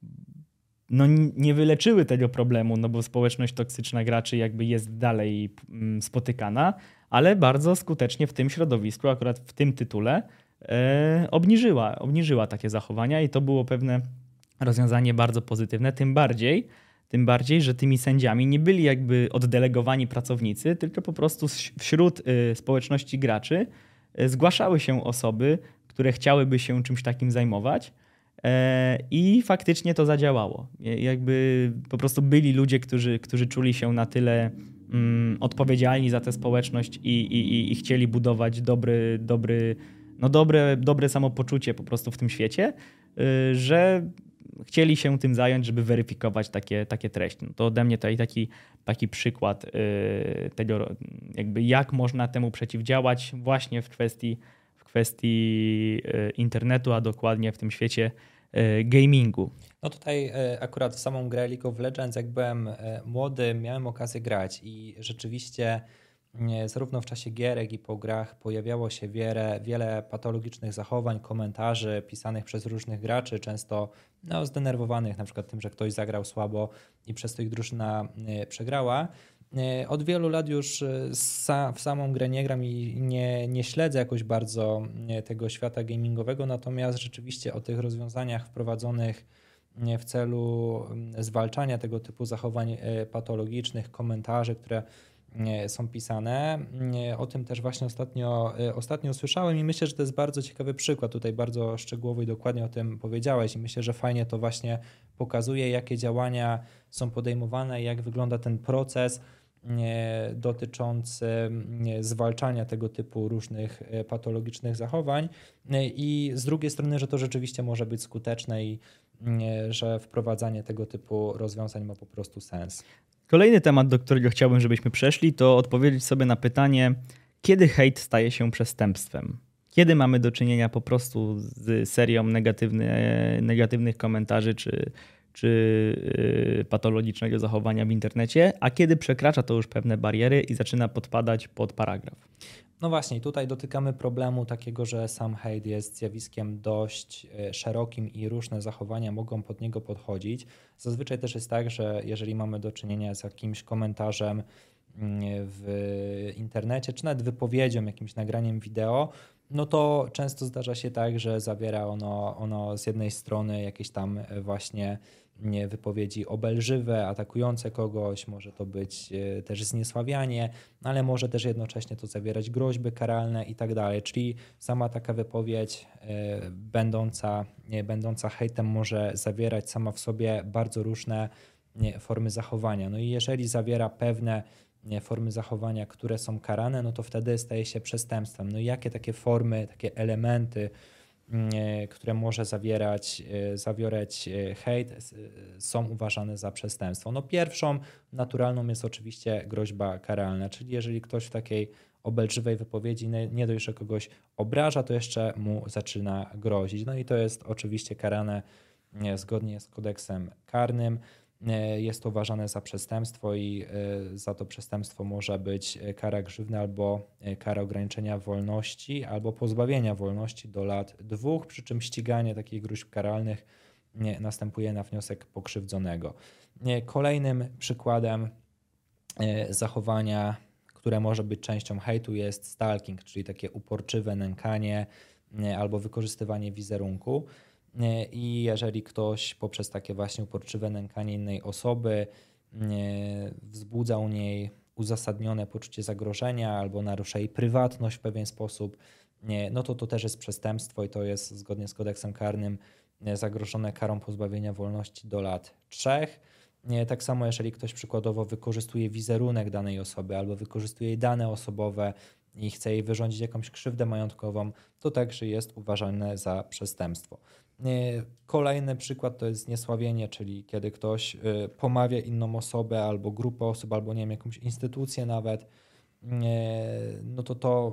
no nie wyleczyły tego problemu, no bo społeczność toksyczna graczy jakby jest dalej spotykana, ale bardzo skutecznie w tym środowisku, akurat w tym tytule, e, obniżyła, obniżyła takie zachowania i to było pewne rozwiązanie bardzo pozytywne, tym bardziej Tym bardziej, że tymi sędziami nie byli jakby oddelegowani pracownicy, tylko po prostu wśród społeczności graczy zgłaszały się osoby, które chciałyby się czymś takim zajmować. I faktycznie to zadziałało. Jakby po prostu byli ludzie, którzy, którzy czuli się na tyle mm, odpowiedzialni za tę społeczność i, i, i chcieli budować dobry, dobry, no dobre, dobre samopoczucie po prostu w tym świecie, że chcieli się tym zająć, żeby weryfikować takie, takie treści. No to ode mnie tutaj taki, taki przykład tego, jakby jak można temu przeciwdziałać właśnie w kwestii, w kwestii internetu, a dokładnie w tym świecie gamingu. No tutaj akurat w samą grę League of Legends, jak byłem młody, miałem okazję grać i rzeczywiście zarówno w czasie gierek i po grach pojawiało się wiele, wiele patologicznych zachowań, komentarzy pisanych przez różnych graczy, często no, zdenerwowanych na przykład tym, że ktoś zagrał słabo i przez to ich drużyna przegrała. Od wielu lat już w samą grę nie gram i nie, nie śledzę jakoś bardzo tego świata gamingowego, natomiast rzeczywiście o tych rozwiązaniach wprowadzonych w celu zwalczania tego typu zachowań patologicznych, komentarzy, które są pisane. O tym też właśnie ostatnio, ostatnio słyszałem i myślę, że to jest bardzo ciekawy przykład. Tutaj bardzo szczegółowo i dokładnie o tym powiedziałeś i myślę, że fajnie to właśnie pokazuje, jakie działania są podejmowane, jak wygląda ten proces dotyczący zwalczania tego typu różnych patologicznych zachowań i z drugiej strony, że to rzeczywiście może być skuteczne i że wprowadzanie tego typu rozwiązań ma po prostu sens. Kolejny temat, do którego chciałbym, żebyśmy przeszli, to odpowiedzieć sobie na pytanie, kiedy hejt staje się przestępstwem? Kiedy mamy do czynienia po prostu z serią negatywny, negatywnych komentarzy czy, czy patologicznego zachowania w internecie, a kiedy przekracza to już pewne bariery i zaczyna podpadać pod paragraf? No właśnie, tutaj dotykamy problemu takiego, że sam hejt jest zjawiskiem dość szerokim i różne zachowania mogą pod niego podchodzić. Zazwyczaj też jest tak, że jeżeli mamy do czynienia z jakimś komentarzem w internecie, czy nawet wypowiedzią, jakimś nagraniem wideo, no to często zdarza się tak, że zawiera ono, ono z jednej strony jakieś tam właśnie wypowiedzi obelżywe, atakujące kogoś, może to być też zniesławianie, ale może też jednocześnie to zawierać groźby karalne i tak dalej, czyli sama taka wypowiedź będąca, będąca hejtem może zawierać sama w sobie bardzo różne formy zachowania. No i jeżeli zawiera pewne formy zachowania, które są karane, no to wtedy staje się przestępstwem. No i jakie takie formy, takie elementy, które może zawierać, zawierać hejt, są uważane za przestępstwo? No pierwszą naturalną jest oczywiście groźba karalna, czyli jeżeli ktoś w takiej obelżywej wypowiedzi nie dość, że kogoś obraża, to jeszcze mu zaczyna grozić. No i to jest oczywiście karane zgodnie z kodeksem karnym. Jest to uważane za przestępstwo i za to przestępstwo może być kara grzywny albo kara ograniczenia wolności albo pozbawienia wolności do lat dwóch, przy czym ściganie takich gróźb karalnych następuje na wniosek pokrzywdzonego. Kolejnym przykładem zachowania, które może być częścią hejtu, jest stalking, czyli takie uporczywe nękanie albo wykorzystywanie wizerunku. I jeżeli ktoś poprzez takie właśnie uporczywe nękanie innej osoby wzbudza u niej uzasadnione poczucie zagrożenia albo narusza jej prywatność w pewien sposób, no to to też jest przestępstwo i to jest zgodnie z kodeksem karnym zagrożone karą pozbawienia wolności do lat trzech. Tak samo jeżeli ktoś przykładowo wykorzystuje wizerunek danej osoby albo wykorzystuje jej dane osobowe i chce jej wyrządzić jakąś krzywdę majątkową, to także jest uważane za przestępstwo. Kolejny przykład to jest zniesławienie, czyli kiedy ktoś pomawia inną osobę albo grupę osób, albo nie wiem, jakąś instytucję nawet, no to to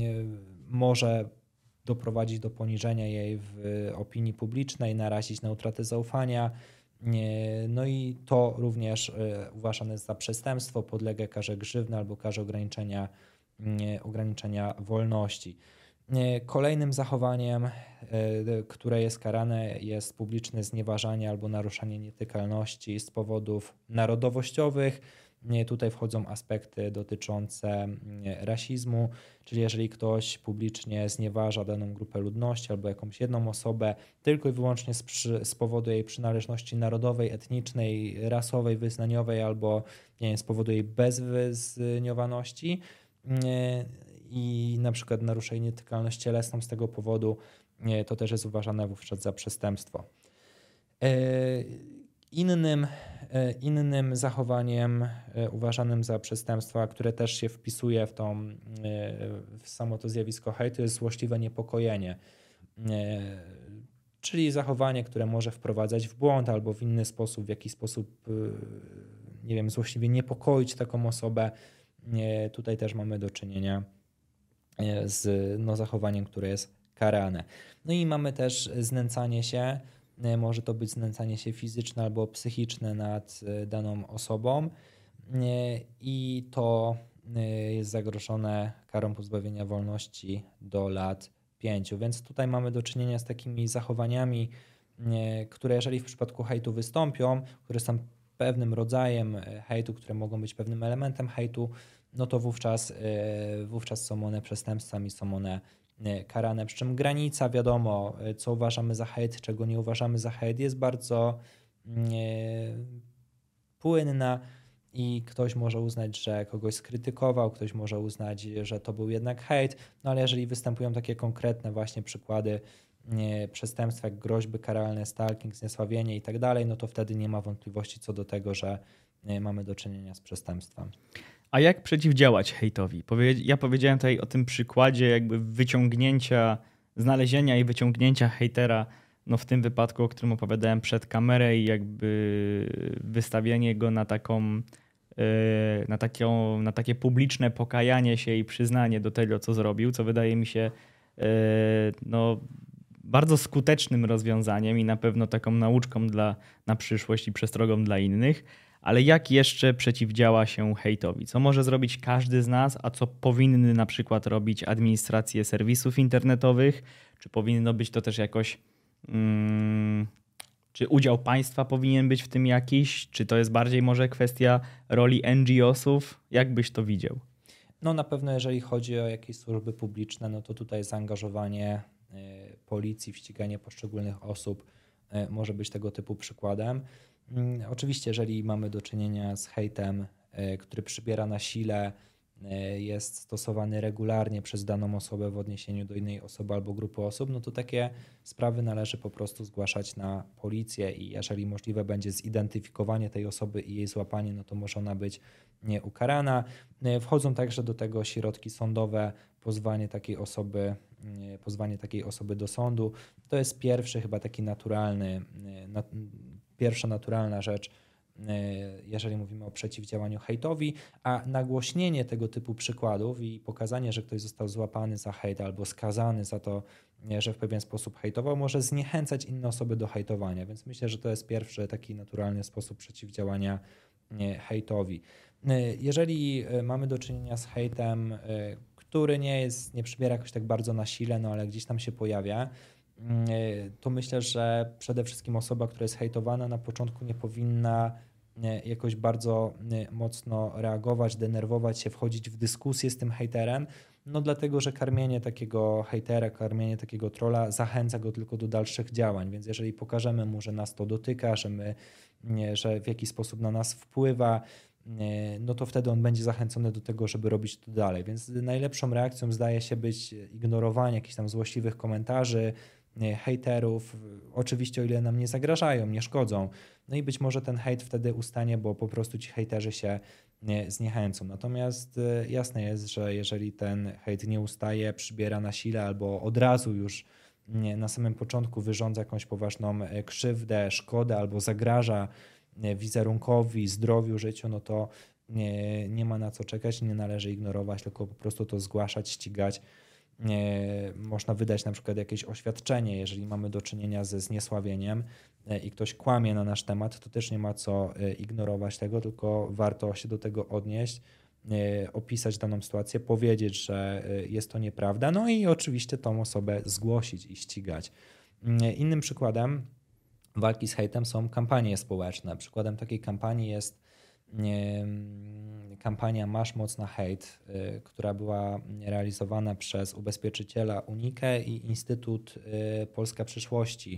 może doprowadzić do poniżenia jej w opinii publicznej, narazić na utratę zaufania. No i to również uważane jest za przestępstwo, podlega karze grzywny albo karze ograniczenia, ograniczenia wolności. Kolejnym zachowaniem, które jest karane, jest publiczne znieważanie albo naruszanie nietykalności z powodów narodowościowych, Tutaj wchodzą aspekty dotyczące rasizmu, czyli jeżeli ktoś publicznie znieważa daną grupę ludności albo jakąś jedną osobę tylko i wyłącznie z, przy, z powodu jej przynależności narodowej, etnicznej, rasowej, wyznaniowej albo nie wiem, z powodu jej bezwyzniowaności i na przykład naruszenie nietykalności cielesną z tego powodu, to też jest uważane wówczas za przestępstwo. Innym, innym zachowaniem uważanym za przestępstwa, które też się wpisuje w, tą, w samo to zjawisko hejtu, jest złośliwe niepokojenie, czyli zachowanie, które może wprowadzać w błąd albo w inny sposób, w jakiś sposób, nie wiem, złośliwie niepokoić taką osobę. Tutaj też mamy do czynienia z no, zachowaniem, które jest karane. No i mamy też znęcanie się. Może to być znęcanie się fizyczne albo psychiczne nad daną osobą i to jest zagrożone karą pozbawienia wolności do lat pięciu. Więc tutaj mamy do czynienia z takimi zachowaniami, które jeżeli w przypadku hejtu wystąpią, które są pewnym rodzajem hejtu, które mogą być pewnym elementem hejtu, no to wówczas, wówczas są one przestępstwami, są one karane. Przy czym granica, wiadomo, co uważamy za hejt, czego nie uważamy za hejt, jest bardzo płynna i ktoś może uznać, że kogoś skrytykował, ktoś może uznać, że to był jednak hejt, no ale jeżeli występują takie konkretne właśnie przykłady przestępstw jak groźby karalne, stalking, zniesławienie i tak dalej, no to wtedy nie ma wątpliwości co do tego, że mamy do czynienia z przestępstwem. A jak przeciwdziałać hejtowi? Ja powiedziałem tutaj o tym przykładzie jakby wyciągnięcia, znalezienia i wyciągnięcia hejtera, no w tym wypadku, o którym opowiadałem, przed kamerę i jakby wystawienie go na taką, na, taką, na takie publiczne pokajanie się i przyznanie do tego, co zrobił, co wydaje mi się no, bardzo skutecznym rozwiązaniem i na pewno taką nauczką dla, na przyszłość i przestrogą dla innych. Ale jak jeszcze przeciwdziała się hejtowi? Co może zrobić każdy z nas, a co powinny na przykład robić administracje serwisów internetowych? Czy powinno być to też jakoś... Hmm, czy udział państwa powinien być w tym jakiś? Czy to jest bardziej może kwestia roli N G O sów? Jak byś to widział? No na pewno jeżeli chodzi o jakieś służby publiczne, no to tutaj zaangażowanie policji w ściganie poszczególnych osób może być tego typu przykładem. Oczywiście, jeżeli mamy do czynienia z hejtem, który przybiera na sile, jest stosowany regularnie przez daną osobę w odniesieniu do innej osoby albo grupy osób, no to takie sprawy należy po prostu zgłaszać na policję i jeżeli możliwe będzie zidentyfikowanie tej osoby i jej złapanie, no to może ona być ukarana. Wchodzą także do tego środki sądowe, pozwanie takiej osoby, pozwanie takiej osoby do sądu. To jest pierwszy chyba taki naturalny, pierwsza naturalna rzecz, jeżeli mówimy o przeciwdziałaniu hejtowi, a nagłośnienie tego typu przykładów i pokazanie, że ktoś został złapany za hejt albo skazany za to, że w pewien sposób hejtował, może zniechęcać inne osoby do hejtowania, więc myślę, że to jest pierwszy taki naturalny sposób przeciwdziałania hejtowi. Jeżeli mamy do czynienia z hejtem, który nie jest, nie przybiera jakoś tak bardzo na sile, no ale gdzieś tam się pojawia, to myślę, że przede wszystkim osoba, która jest hejtowana na początku nie powinna jakoś bardzo mocno reagować, denerwować się, wchodzić w dyskusję z tym hejterem, no dlatego, że karmienie takiego hejtera, karmienie takiego trolla zachęca go tylko do dalszych działań, więc jeżeli pokażemy mu, że nas to dotyka, że, my, że w jakiś sposób na nas wpływa, no to wtedy on będzie zachęcony do tego, żeby robić to dalej. Więc najlepszą reakcją zdaje się być ignorowanie jakichś tam złośliwych komentarzy, hejterów, oczywiście o ile nam nie zagrażają, nie szkodzą. No i być może ten hejt wtedy ustanie, bo po prostu ci hejterzy się zniechęcą. Natomiast jasne jest, że jeżeli ten hejt nie ustaje, przybiera na sile albo od razu już na samym początku wyrządza jakąś poważną krzywdę, szkodę albo zagraża wizerunkowi, zdrowiu, życiu, no to nie, nie ma na co czekać, nie należy ignorować, tylko po prostu to zgłaszać, ścigać. Można wydać na przykład jakieś oświadczenie, jeżeli mamy do czynienia ze zniesławieniem i ktoś kłamie na nasz temat, to też nie ma co ignorować tego, tylko warto się do tego odnieść, opisać daną sytuację, powiedzieć, że jest to nieprawda, no i oczywiście tą osobę zgłosić i ścigać. Innym przykładem walki z hejtem są kampanie społeczne. Przykładem takiej kampanii jest kampania Masz moc na hejt, która była realizowana przez ubezpieczyciela Unikę i Instytut Polska Przyszłości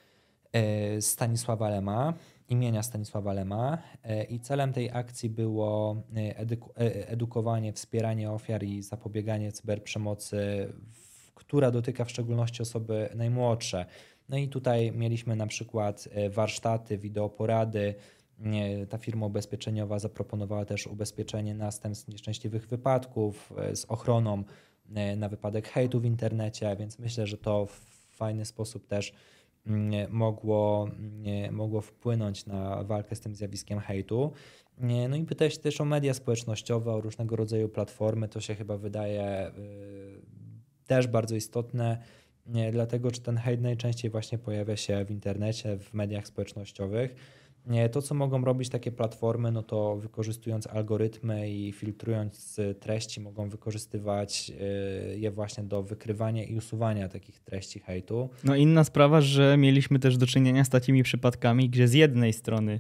Stanisława Lema, imienia Stanisława Lema, i celem tej akcji było edu- edukowanie, wspieranie ofiar i zapobieganie cyberprzemocy, która dotyka w szczególności osoby najmłodsze. No i tutaj mieliśmy na przykład warsztaty, wideoporady. Ta firma ubezpieczeniowa zaproponowała też ubezpieczenie następstw nieszczęśliwych wypadków z ochroną na wypadek hejtu w internecie, więc myślę, że to w fajny sposób też mogło, mogło wpłynąć na walkę z tym zjawiskiem hejtu. No i pytać też o media społecznościowe, o różnego rodzaju platformy, to się chyba wydaje też bardzo istotne, dlatego że ten hejt najczęściej właśnie pojawia się w internecie, w mediach społecznościowych. To, co mogą robić takie platformy, no to wykorzystując algorytmy i filtrując treści, mogą wykorzystywać je właśnie do wykrywania i usuwania takich treści hejtu. No inna sprawa, że mieliśmy też do czynienia z takimi przypadkami, gdzie z jednej strony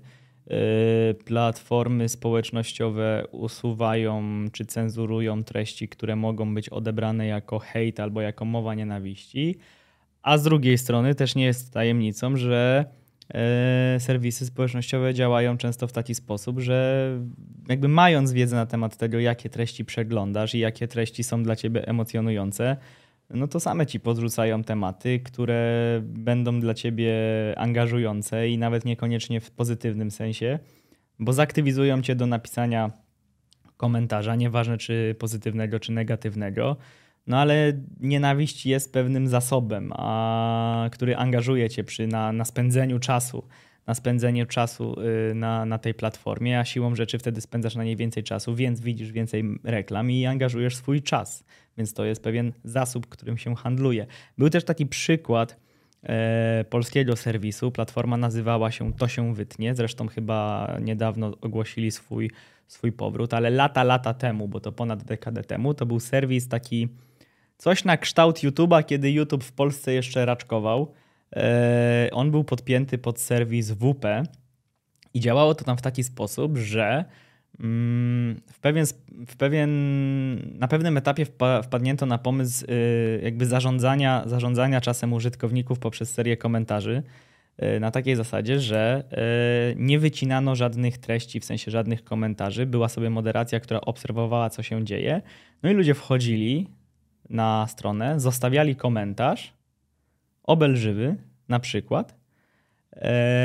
platformy społecznościowe usuwają czy cenzurują treści, które mogą być odebrane jako hejt albo jako mowa nienawiści, a z drugiej strony też nie jest tajemnicą, że serwisy społecznościowe działają często w taki sposób, że jakby mając wiedzę na temat tego, jakie treści przeglądasz i jakie treści są dla ciebie emocjonujące, no to same ci podrzucają tematy, które będą dla ciebie angażujące i nawet niekoniecznie w pozytywnym sensie, bo zaktywizują cię do napisania komentarza, nieważne czy pozytywnego, czy negatywnego. No ale nienawiść jest pewnym zasobem, a, który angażuje cię przy, na, na spędzeniu czasu, na spędzeniu czasu y, na, na tej platformie, a siłą rzeczy wtedy spędzasz na niej więcej czasu, więc widzisz więcej reklam i angażujesz swój czas. Więc to jest pewien zasób, którym się handluje. Był też taki przykład e, polskiego serwisu. Platforma nazywała się To się wytnie. Zresztą chyba niedawno ogłosili swój, swój powrót, ale lata, lata temu, bo to ponad dekadę temu, to był serwis taki coś na kształt YouTube'a, kiedy YouTube w Polsce jeszcze raczkował. E, on był podpięty pod serwis W P i działało to tam w taki sposób, że mm, w pewien, w pewien, na pewnym etapie wpa, wpadnięto na pomysł y, jakby zarządzania, zarządzania czasem użytkowników poprzez serię komentarzy y, na takiej zasadzie, że y, nie wycinano żadnych treści, w sensie żadnych komentarzy. Była sobie moderacja, która obserwowała, co się dzieje. No i ludzie wchodzili na stronę, zostawiali komentarz obelżywy na przykład yy,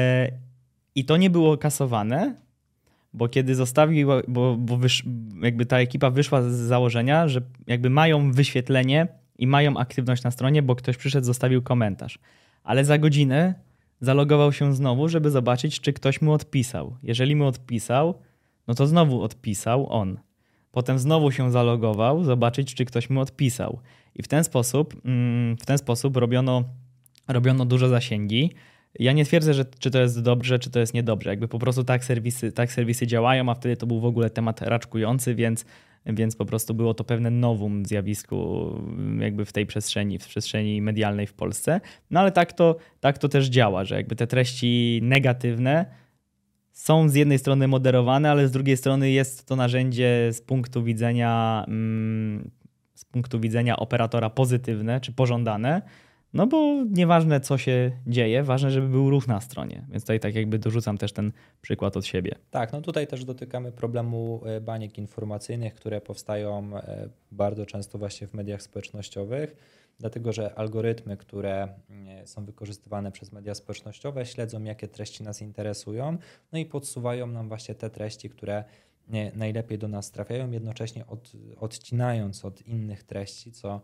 i to nie było kasowane, bo kiedy zostawiła, bo, bo wysz, jakby ta ekipa wyszła z założenia, że jakby mają wyświetlenie i mają aktywność na stronie, bo ktoś przyszedł, zostawił komentarz. Ale za godzinę zalogował się znowu, żeby zobaczyć, czy ktoś mu odpisał. Jeżeli mu odpisał, no to znowu odpisał on. Potem znowu się zalogował, zobaczyć, czy ktoś mu odpisał. I w ten sposób, w ten sposób robiono, robiono dużo zasięgi. Ja nie twierdzę, że czy to jest dobrze, czy to jest niedobrze. Jakby po prostu tak serwisy, tak serwisy działają, a wtedy to był w ogóle temat raczkujący, więc, więc po prostu było to pewne novum w zjawisku jakby w tej przestrzeni, w przestrzeni medialnej w Polsce. No ale tak to, tak to też działa, że jakby te treści negatywne są z jednej strony moderowane, ale z drugiej strony jest to narzędzie z punktu widzenia, mm, z punktu widzenia operatora pozytywne czy pożądane, no bo nieważne co się dzieje, ważne, żeby był ruch na stronie. Więc tutaj tak jakby dorzucam też ten przykład od siebie. Tak, no tutaj też dotykamy problemu baniek informacyjnych, które powstają bardzo często właśnie w mediach społecznościowych, dlatego że algorytmy, które są wykorzystywane przez media społecznościowe, śledzą, jakie treści nas interesują, no i podsuwają nam właśnie te treści, które najlepiej do nas trafiają, jednocześnie od, odcinając od innych treści, co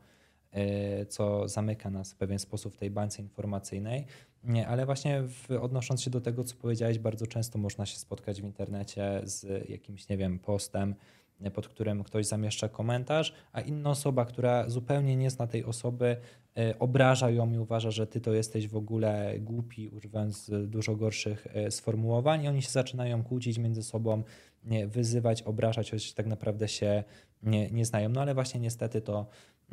co zamyka nas w pewien sposób w tej bańce informacyjnej. Ale właśnie w, odnosząc się do tego, co powiedziałeś, bardzo często można się spotkać w internecie z jakimś, nie wiem, postem, pod którym ktoś zamieszcza komentarz, a inna osoba, która zupełnie nie zna tej osoby, obraża ją i uważa, że ty to jesteś w ogóle głupi, używając dużo gorszych sformułowań, i oni się zaczynają kłócić między sobą, wyzywać, obrażać, choć tak naprawdę się nie, nie znają. No ale właśnie niestety to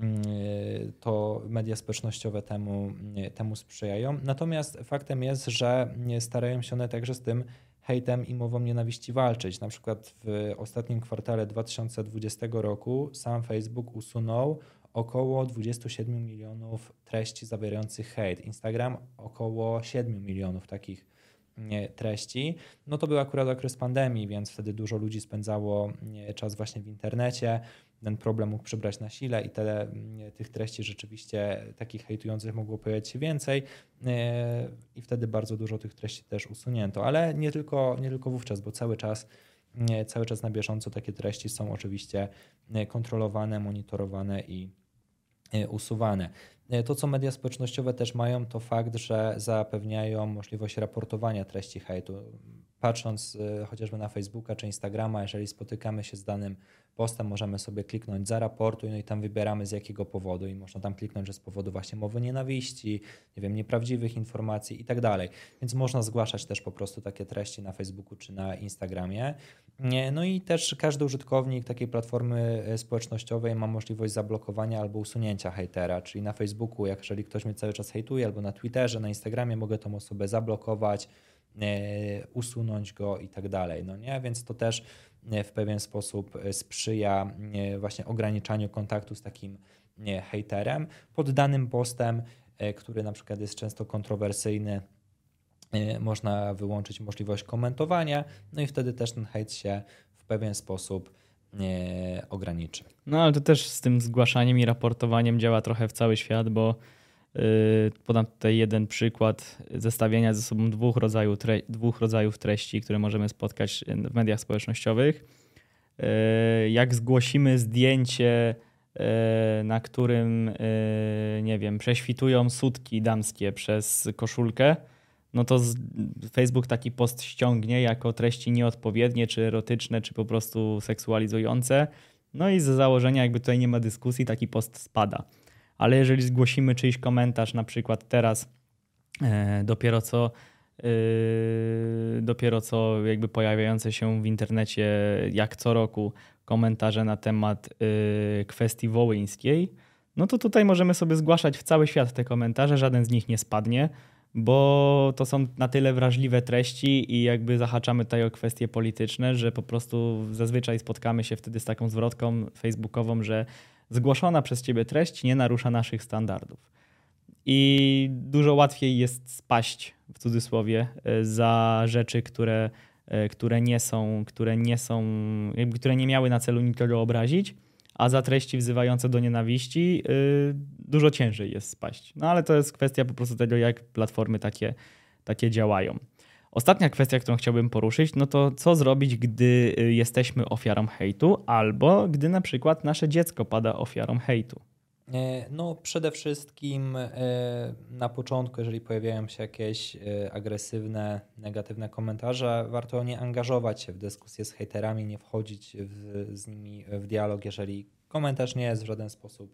to media społecznościowe temu, temu sprzyjają. Natomiast faktem jest, że starają się one także z tym hejtem i mową nienawiści walczyć. Na przykład w ostatnim kwartale dwa tysiące dwudziestego roku sam Facebook usunął około dwadzieścia siedem milionów treści zawierających hejt. Instagram około siedem milionów takich treści. No to był akurat okres pandemii, więc wtedy dużo ludzi spędzało czas właśnie w internecie. Ten problem mógł przybrać na sile i tyle tych treści rzeczywiście takich hejtujących mogło pojawić się więcej i wtedy bardzo dużo tych treści też usunięto. Ale nie tylko, nie tylko wówczas, bo cały czas cały czas na bieżąco takie treści są oczywiście kontrolowane, monitorowane i usuwane. To, co media społecznościowe też mają, to fakt, że zapewniają możliwość raportowania treści hejtu. Patrząc chociażby na Facebooka czy Instagrama, jeżeli spotykamy się z danym postem, możemy sobie kliknąć zaraportuj, no i tam wybieramy z jakiego powodu i można tam kliknąć, że z powodu właśnie mowy nienawiści, nie wiem, nieprawdziwych informacji i tak dalej. Więc można zgłaszać też po prostu takie treści na Facebooku czy na Instagramie. No i też każdy użytkownik takiej platformy społecznościowej ma możliwość zablokowania albo usunięcia hejtera, czyli na Facebooku, jak jeżeli ktoś mnie cały czas hejtuje, albo na Twitterze, na Instagramie mogę tą osobę zablokować, usunąć go i tak dalej. No nie? Więc to też w pewien sposób sprzyja właśnie ograniczaniu kontaktu z takim hejterem. Pod danym postem, który na przykład jest często kontrowersyjny, można wyłączyć możliwość komentowania, no i wtedy też ten hejt się w pewien sposób ograniczy. No ale to też z tym zgłaszaniem i raportowaniem działa trochę w cały świat, bo yy, podam tutaj jeden przykład zestawienia ze sobą dwóch, rodzaju tre- dwóch rodzajów treści, które możemy spotkać w mediach społecznościowych. Yy, jak zgłosimy zdjęcie, yy, na którym yy, nie wiem, prześwitują sutki damskie przez koszulkę, no to z, Facebook taki post ściągnie jako treści nieodpowiednie, czy erotyczne, czy po prostu seksualizujące. No i z założenia jakby tutaj nie ma dyskusji, taki post spada. Ale jeżeli zgłosimy czyjś komentarz, na przykład teraz e, dopiero co e, dopiero co jakby pojawiające się w internecie jak co roku komentarze na temat e, kwestii wołyńskiej, no to tutaj możemy sobie zgłaszać w cały świat te komentarze, żaden z nich nie spadnie, bo to są na tyle wrażliwe treści i jakby zahaczamy tutaj o kwestie polityczne, że po prostu zazwyczaj spotkamy się wtedy z taką zwrotką facebookową, że zgłoszona przez ciebie treść nie narusza naszych standardów. I dużo łatwiej jest spaść, w cudzysłowie, za rzeczy, które, które nie są, które nie są, jakby, które nie miały na celu nikogo obrazić, a za treści wzywające do nienawiści yy, dużo ciężej jest spaść. No ale to jest kwestia po prostu tego, jak platformy takie, takie działają. Ostatnia kwestia, którą chciałbym poruszyć, no to co zrobić, gdy jesteśmy ofiarą hejtu albo gdy na przykład nasze dziecko pada ofiarą hejtu? No przede wszystkim na początku, jeżeli pojawiają się jakieś agresywne, negatywne komentarze, warto nie angażować się w dyskusję z hejterami, nie wchodzić w, z nimi w dialog, jeżeli komentarz nie jest w żaden sposób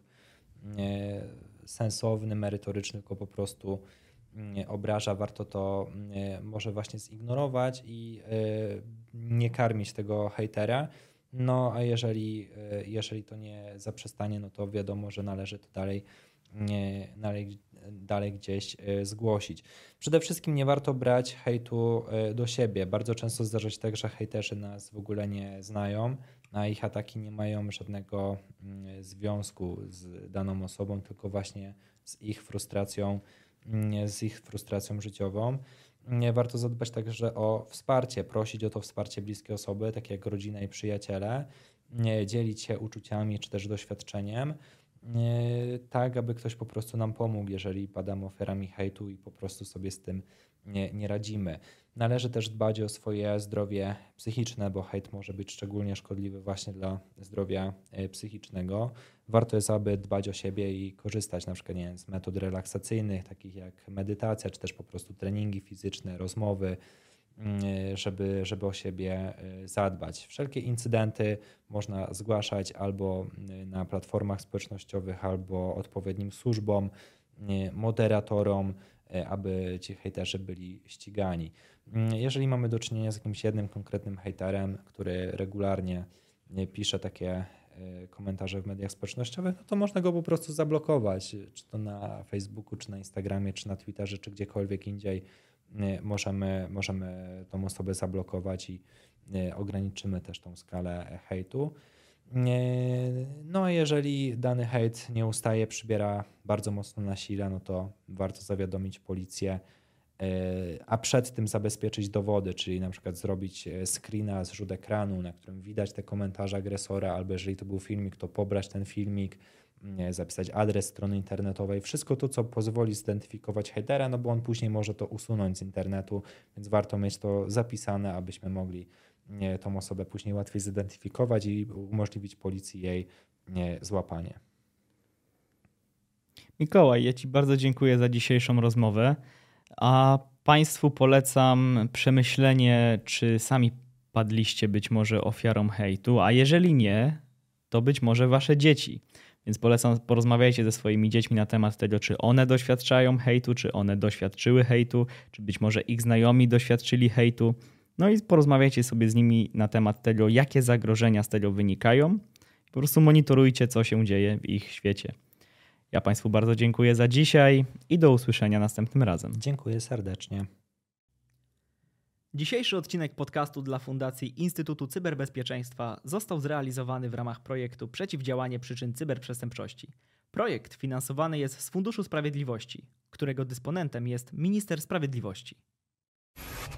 sensowny, merytoryczny, tylko po prostu obraża, warto to może właśnie zignorować i nie karmić tego hejtera. No a jeżeli, jeżeli to nie zaprzestanie, no to wiadomo, że należy to dalej, nie, dalej, dalej gdzieś zgłosić. Przede wszystkim nie warto brać hejtu do siebie. Bardzo często zdarza się tak, że hejterzy nas w ogóle nie znają, a ich ataki nie mają żadnego związku z daną osobą, tylko właśnie z ich frustracją, z ich frustracją życiową. Warto zadbać także o wsparcie, prosić o to wsparcie bliskie osoby, takie jak rodzina i przyjaciele, dzielić się uczuciami czy też doświadczeniem, tak aby ktoś po prostu nam pomógł, jeżeli padamy ofiarami hejtu i po prostu sobie z tym nie, nie radzimy. Należy też dbać o swoje zdrowie psychiczne, bo hejt może być szczególnie szkodliwy właśnie dla zdrowia psychicznego. Warto jest, aby dbać o siebie i korzystać na przykład nie wiem, z metod relaksacyjnych, takich jak medytacja, czy też po prostu treningi fizyczne, rozmowy, żeby, żeby o siebie zadbać. Wszelkie incydenty można zgłaszać albo na platformach społecznościowych, albo odpowiednim służbom, moderatorom, aby ci hejterzy byli ścigani. Jeżeli mamy do czynienia z jakimś jednym konkretnym hejterem, który regularnie pisze takie komentarze w mediach społecznościowych, no to można go po prostu zablokować, czy to na Facebooku, czy na Instagramie, czy na Twitterze, czy gdziekolwiek indziej. możemy, możemy tą osobę zablokować i ograniczymy też tą skalę hejtu. No a jeżeli dany hejt nie ustaje, przybiera bardzo mocno na sile, no to warto zawiadomić policję, a przed tym zabezpieczyć dowody, czyli na przykład zrobić screena, zrzut ekranu, na którym widać te komentarze agresora, albo jeżeli to był filmik, to pobrać ten filmik, zapisać adres strony internetowej, wszystko to, co pozwoli zidentyfikować hejtera, no bo on później może to usunąć z internetu, więc warto mieć to zapisane, abyśmy mogli tą osobę później łatwiej zidentyfikować i umożliwić policji jej złapanie. Mikołaj, ja Ci bardzo dziękuję za dzisiejszą rozmowę, a Państwu polecam przemyślenie, czy sami padliście być może ofiarą hejtu, a jeżeli nie, to być może Wasze dzieci. Więc polecam, porozmawiajcie ze swoimi dziećmi na temat tego, czy one doświadczają hejtu, czy one doświadczyły hejtu, czy być może ich znajomi doświadczyli hejtu. No i porozmawiajcie sobie z nimi na temat tego, jakie zagrożenia z tego wynikają. Po prostu monitorujcie, co się dzieje w ich świecie. Ja Państwu bardzo dziękuję za dzisiaj i do usłyszenia następnym razem. Dziękuję serdecznie. Dzisiejszy odcinek podcastu dla Fundacji Instytutu Cyberbezpieczeństwa został zrealizowany w ramach projektu Przeciwdziałanie przyczyn cyberprzestępczości. Projekt finansowany jest z Funduszu Sprawiedliwości, którego dysponentem jest Minister Sprawiedliwości.